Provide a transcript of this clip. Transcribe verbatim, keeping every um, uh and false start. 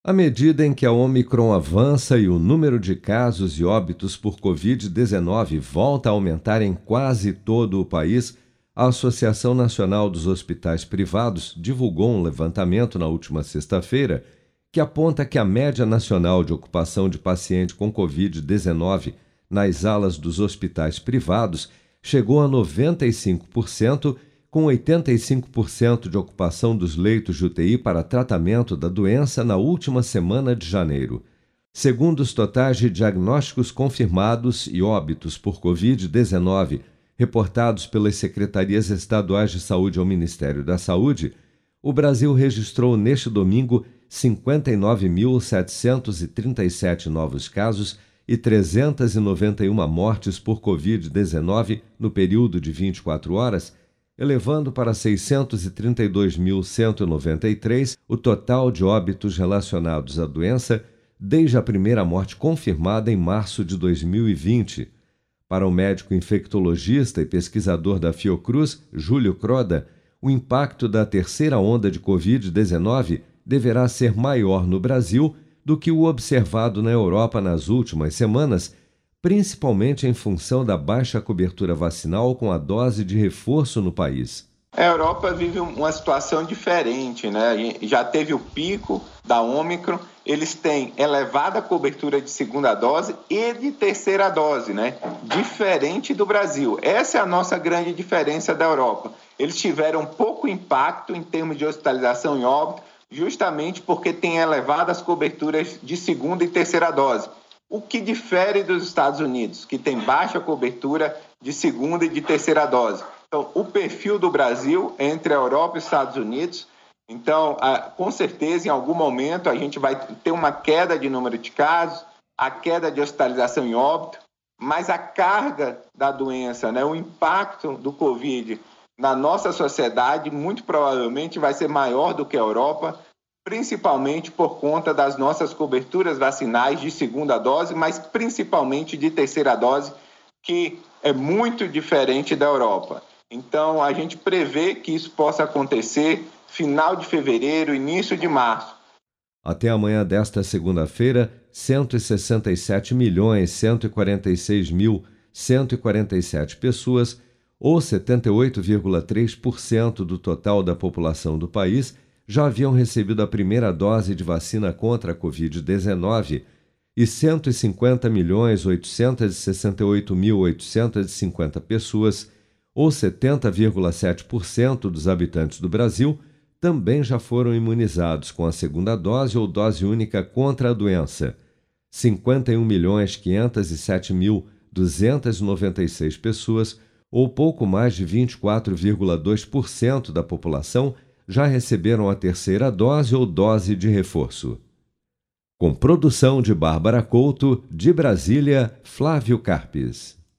À medida em que a Omicron avança e o número de casos e óbitos por covid dezenove volta a aumentar em quase todo o país, a Associação Nacional dos Hospitais Privados divulgou um levantamento na última sexta-feira que aponta que a média nacional de ocupação de paciente com covid dezenove nas alas dos hospitais privados chegou a noventa e cinco por cento, com oitenta e cinco por cento de ocupação dos leitos de U T I para tratamento da doença na última semana de janeiro. Segundo os totais de diagnósticos confirmados e óbitos por covid dezenove reportados pelas secretarias estaduais de saúde ao Ministério da Saúde, o Brasil registrou neste domingo cinquenta e nove mil setecentos e trinta e sete novos casos e trezentas e noventa e uma mortes por covid dezenove no período de vinte e quatro horas, elevando para seiscentos e trinta e dois mil cento e noventa e três o total de óbitos relacionados à doença desde a primeira morte confirmada em março de dois mil e vinte. Para o médico infectologista e pesquisador da Fiocruz, Júlio Croda, o impacto da terceira onda de covid dezenove deverá ser maior no Brasil do que o observado na Europa nas últimas semanas, principalmente em função da baixa cobertura vacinal com a dose de reforço no país. A Europa vive uma situação diferente, né? Já teve o pico da Ômicron, eles têm elevada cobertura de segunda dose e de terceira dose, né? Diferente do Brasil. Essa é a nossa grande diferença da Europa. Eles tiveram pouco impacto em termos de hospitalização e óbito, justamente porque têm elevadas coberturas de segunda e terceira dose. O que difere dos Estados Unidos, que tem baixa cobertura de segunda e de terceira dose. Então, o perfil do Brasil entre a Europa e os Estados Unidos, então, com certeza, em algum momento, a gente vai ter uma queda de número de casos, a queda de hospitalização e óbito, mas a carga da doença, né, o impacto do Covid na nossa sociedade, muito provavelmente vai ser maior do que a Europa, principalmente por conta das nossas coberturas vacinais de segunda dose, mas principalmente de terceira dose, que é muito diferente da Europa. Então, a gente prevê que isso possa acontecer final de fevereiro, início de março. Até amanhã desta segunda-feira, cento e sessenta e sete milhões, cento e quarenta e seis mil, cento e quarenta e sete pessoas, ou setenta e oito vírgula três por cento do total da população do país, já haviam recebido a primeira dose de vacina contra a covid dezenove e cento e cinquenta milhões, oitocentos e sessenta e oito mil, oitocentos e cinquenta pessoas, ou setenta vírgula sete por cento dos habitantes do Brasil, também já foram imunizados com a segunda dose ou dose única contra a doença. cinquenta e um milhões, quinhentos e sete mil, duzentos e noventa e seis pessoas, ou pouco mais de vinte e quatro vírgula dois por cento da população, já receberam a terceira dose ou dose de reforço. Com produção de Bárbara Couto, de Brasília, Flávio Carpes.